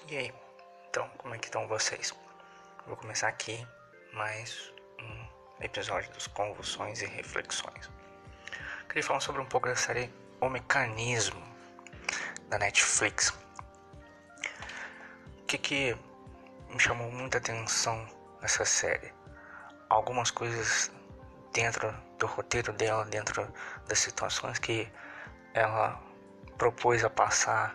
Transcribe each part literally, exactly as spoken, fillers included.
E aí, então, como é que estão vocês? Vou começar aqui mais um episódio dos Convulsões e Reflexões. Queria falar sobre um pouco da série O Mecanismo, da Netflix. O que que me chamou muita atenção nessa série? Algumas coisas dentro do roteiro dela, dentro das situações que ela propôs a passar,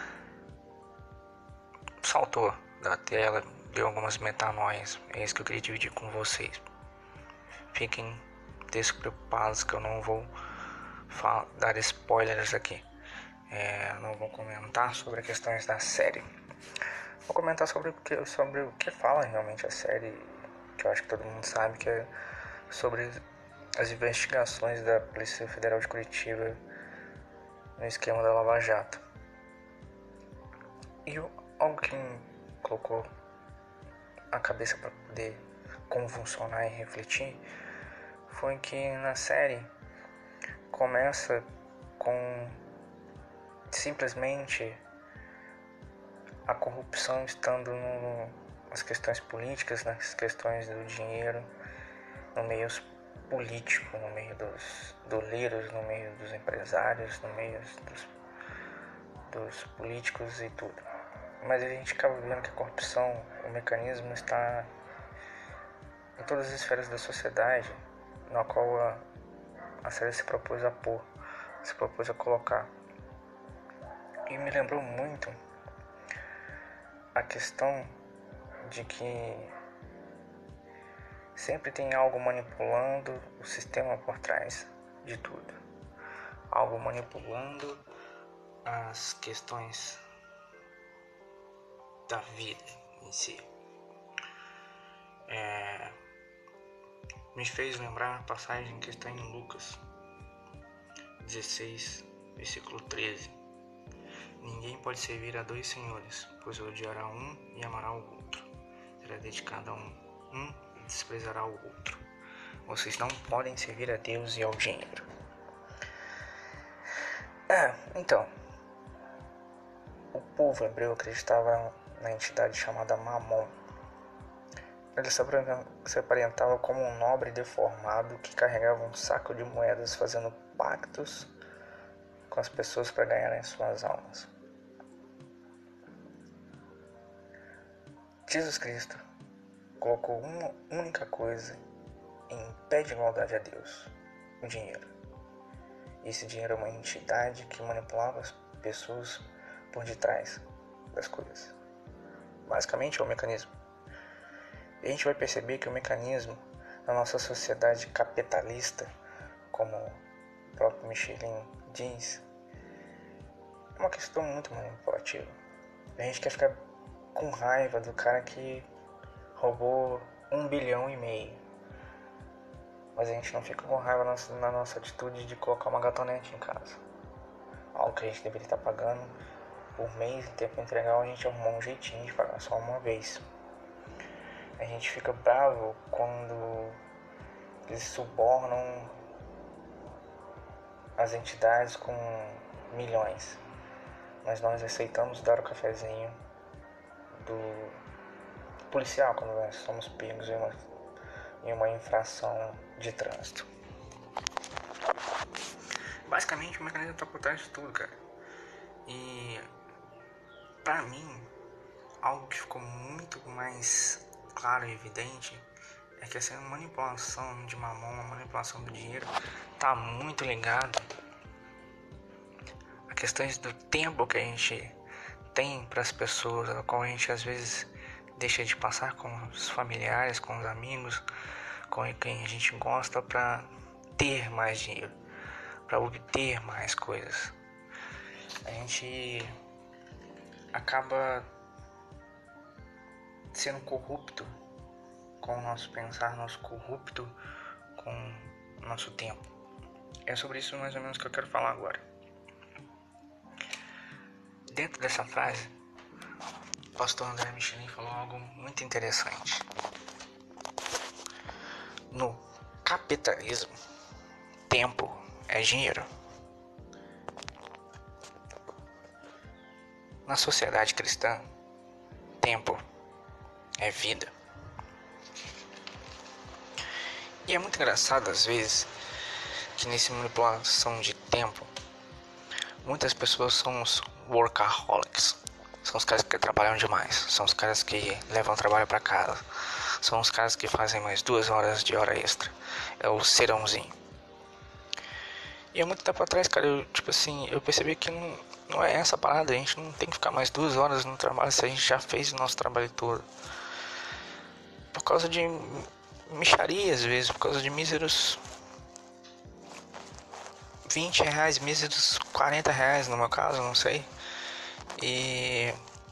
saltou da tela, deu algumas metanoias. É isso que eu queria dividir com vocês. Fiquem despreocupados que eu não vou falar, dar spoilers aqui. É, não vou comentar sobre as questões da série. Vou comentar sobre o que, sobre o que fala realmente a série, que eu acho que todo mundo sabe, que é sobre as investigações da Polícia Federal de Curitiba no esquema da Lava Jato. E algo que me colocou a cabeça para poder convulsionar e refletir foi que na série começa com simplesmente a corrupção estando no, nas questões políticas, nas questões do dinheiro, no meio político, no meio dos doleiros, no meio dos empresários, no meio dos, dos políticos e tudo. Mas a gente acaba vendo que a corrupção, o mecanismo está em todas as esferas da sociedade, na qual a, a série se propôs a pôr, se propôs a colocar. E me lembrou muito a questão de que sempre tem algo manipulando o sistema por trás de tudo. Algo manipulando as questões da vida em si. É, me fez lembrar a passagem que está em Lucas dezesseis, versículo treze. Ninguém pode servir a dois senhores, pois odiará um e amará o outro. Será dedicado a um, um e desprezará o outro. Vocês não podem servir a Deus e ao dinheiro. Ah, então, o povo hebreu acreditava na entidade chamada Mamon. Ele se aparentava como um nobre deformado que carregava um saco de moedas fazendo pactos com as pessoas para ganharem suas almas. Jesus Cristo colocou uma única coisa em pé de igualdade a Deus: o dinheiro. Esse dinheiro é uma entidade que manipulava as pessoas por detrás das coisas. Basicamente é o mecanismo. E a gente vai perceber que o mecanismo na nossa sociedade capitalista, como o próprio Michelin diz, é uma questão muito manipulativa. A gente quer ficar com raiva do cara que roubou um bilhão e meio, mas a gente não fica com raiva na nossa atitude de colocar uma gatonete em casa, algo que a gente deveria estar pagando por mês. Em tempo integral a gente arrumou um jeitinho de pagar só uma vez. A gente fica bravo quando eles subornam as entidades com milhões, mas nós aceitamos dar o cafezinho do policial quando nós somos pegos em uma, em uma infração de trânsito. Basicamente o mecanismo está por trás de tudo, cara. E pra mim, algo que ficou muito mais claro e evidente é que essa manipulação de mamão, a manipulação do dinheiro, tá muito ligado a questões do tempo que a gente tem para as pessoas, a qual a gente às vezes deixa de passar com os familiares, com os amigos, com quem a gente gosta, para ter mais dinheiro, para obter mais coisas. A gente acaba sendo corrupto com o nosso pensar, nosso corrupto com o nosso tempo. É sobre isso mais ou menos que eu quero falar agora. Dentro dessa frase, o pastor André Michelin falou algo muito interessante. No capitalismo, tempo é dinheiro. Na sociedade cristã, tempo, é vida. E é muito engraçado às vezes que nessa manipulação de tempo, muitas pessoas são os workaholics. São os caras que trabalham demais, são os caras que levam o trabalho para casa, são os caras que fazem mais duas horas de hora extra. É o serãozinho. E há muito tempo atrás, cara, eu, tipo assim, eu percebi que não, não é essa parada. A gente não tem que ficar mais duas horas no trabalho se a gente já fez o nosso trabalho todo. Por causa de mixaria, às vezes, por causa de míseros vinte reais, míseros quarenta reais no meu caso, não sei. E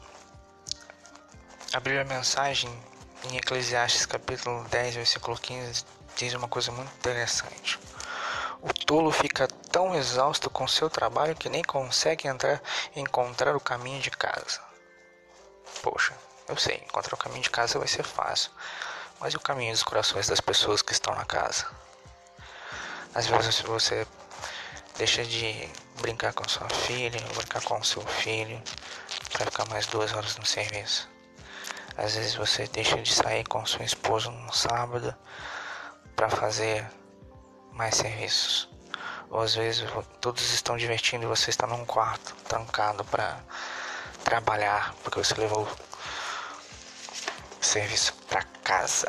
abrir a mensagem em Eclesiastes capítulo dez, versículo quinze, diz uma coisa muito interessante. O tolo fica tão exausto com seu trabalho que nem consegue entrar, encontrar o caminho de casa. Poxa, eu sei, encontrar o caminho de casa vai ser fácil. Mas e o caminho dos corações das pessoas que estão na casa? Às vezes você deixa de brincar com sua filha, brincar com seu filho, para ficar mais duas horas no serviço. Às vezes você deixa de sair com sua esposa no sábado para fazer mais serviços. Ou às vezes todos estão divertindo e você está num quarto trancado para trabalhar porque você levou o serviço para casa.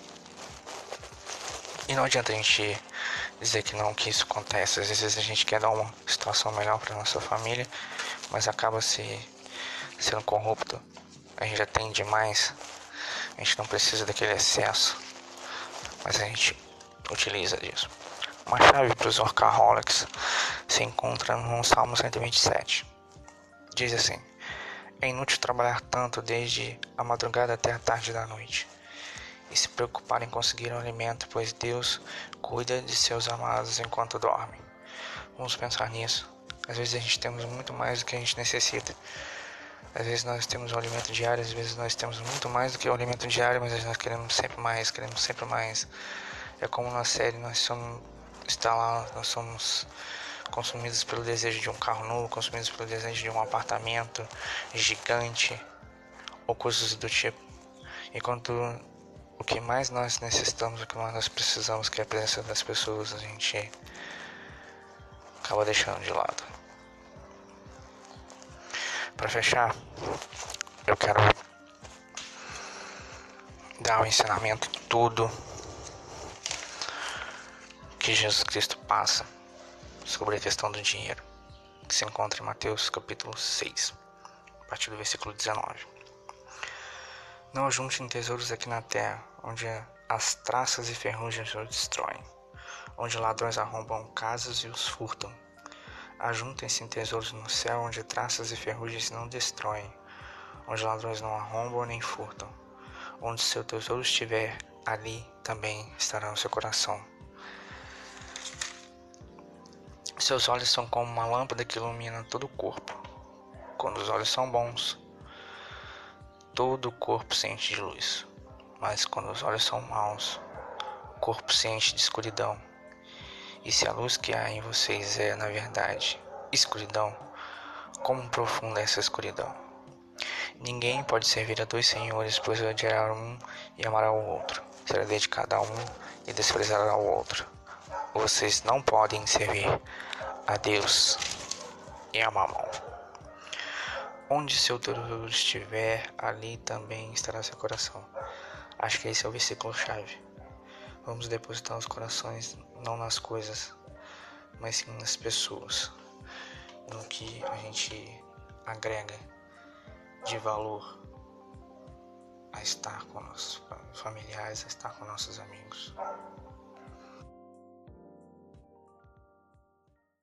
E não adianta a gente dizer que não, que isso acontece. Às vezes a gente quer dar uma situação melhor para nossa família, mas acaba se sendo corrupto. A gente já tem demais, a gente não precisa daquele excesso, mas a gente utiliza disso. Uma chave para os workaholics se encontra no Salmo cento e vinte e sete. Diz assim: é inútil trabalhar tanto desde a madrugada até a tarde da noite e se preocupar em conseguir um alimento, pois Deus cuida de seus amados enquanto dormem. Vamos pensar nisso. Às vezes a gente temos muito mais do que a gente necessita. Às vezes nós temos o alimento diário, às vezes nós temos muito mais do que o alimento diário, mas nós queremos sempre mais, queremos sempre mais. É como na série, nós somos, está lá, nós somos consumidos pelo desejo de um carro novo, consumidos pelo desejo de um apartamento gigante, ou coisas do tipo. Enquanto o que mais nós necessitamos, o que mais nós precisamos, que é a presença das pessoas, a gente acaba deixando de lado. Para fechar, eu quero dar o ensinamento de tudo que Jesus Cristo passa sobre a questão do dinheiro, que se encontra em Mateus capítulo seis, a partir do versículo dezenove. Não ajuntem tesouros aqui na terra, onde as traças e ferrugens os destroem, onde ladrões arrombam casas e os furtam. Ajuntem-se tesouros no céu, onde traças e ferrugens não destroem, onde ladrões não arrombam nem furtam. Onde seu tesouro estiver, ali também estará o seu coração. Seus olhos são como uma lâmpada que ilumina todo o corpo. Quando os olhos são bons, todo o corpo se enche de luz. Mas quando os olhos são maus, o corpo se enche de escuridão. E se a luz que há em vocês é, na verdade, escuridão, como profunda é essa escuridão? Ninguém pode servir a dois senhores, pois odiará um e amará o outro. Será dedicado a um e desprezará o outro. Vocês não podem servir a Deus e a Mamon. Onde seu tesouro estiver, ali também estará seu coração. Acho que esse é o versículo chave. Vamos depositar os corações não nas coisas, mas sim nas pessoas, no que a gente agrega de valor a estar com nossos familiares, a estar com nossos amigos.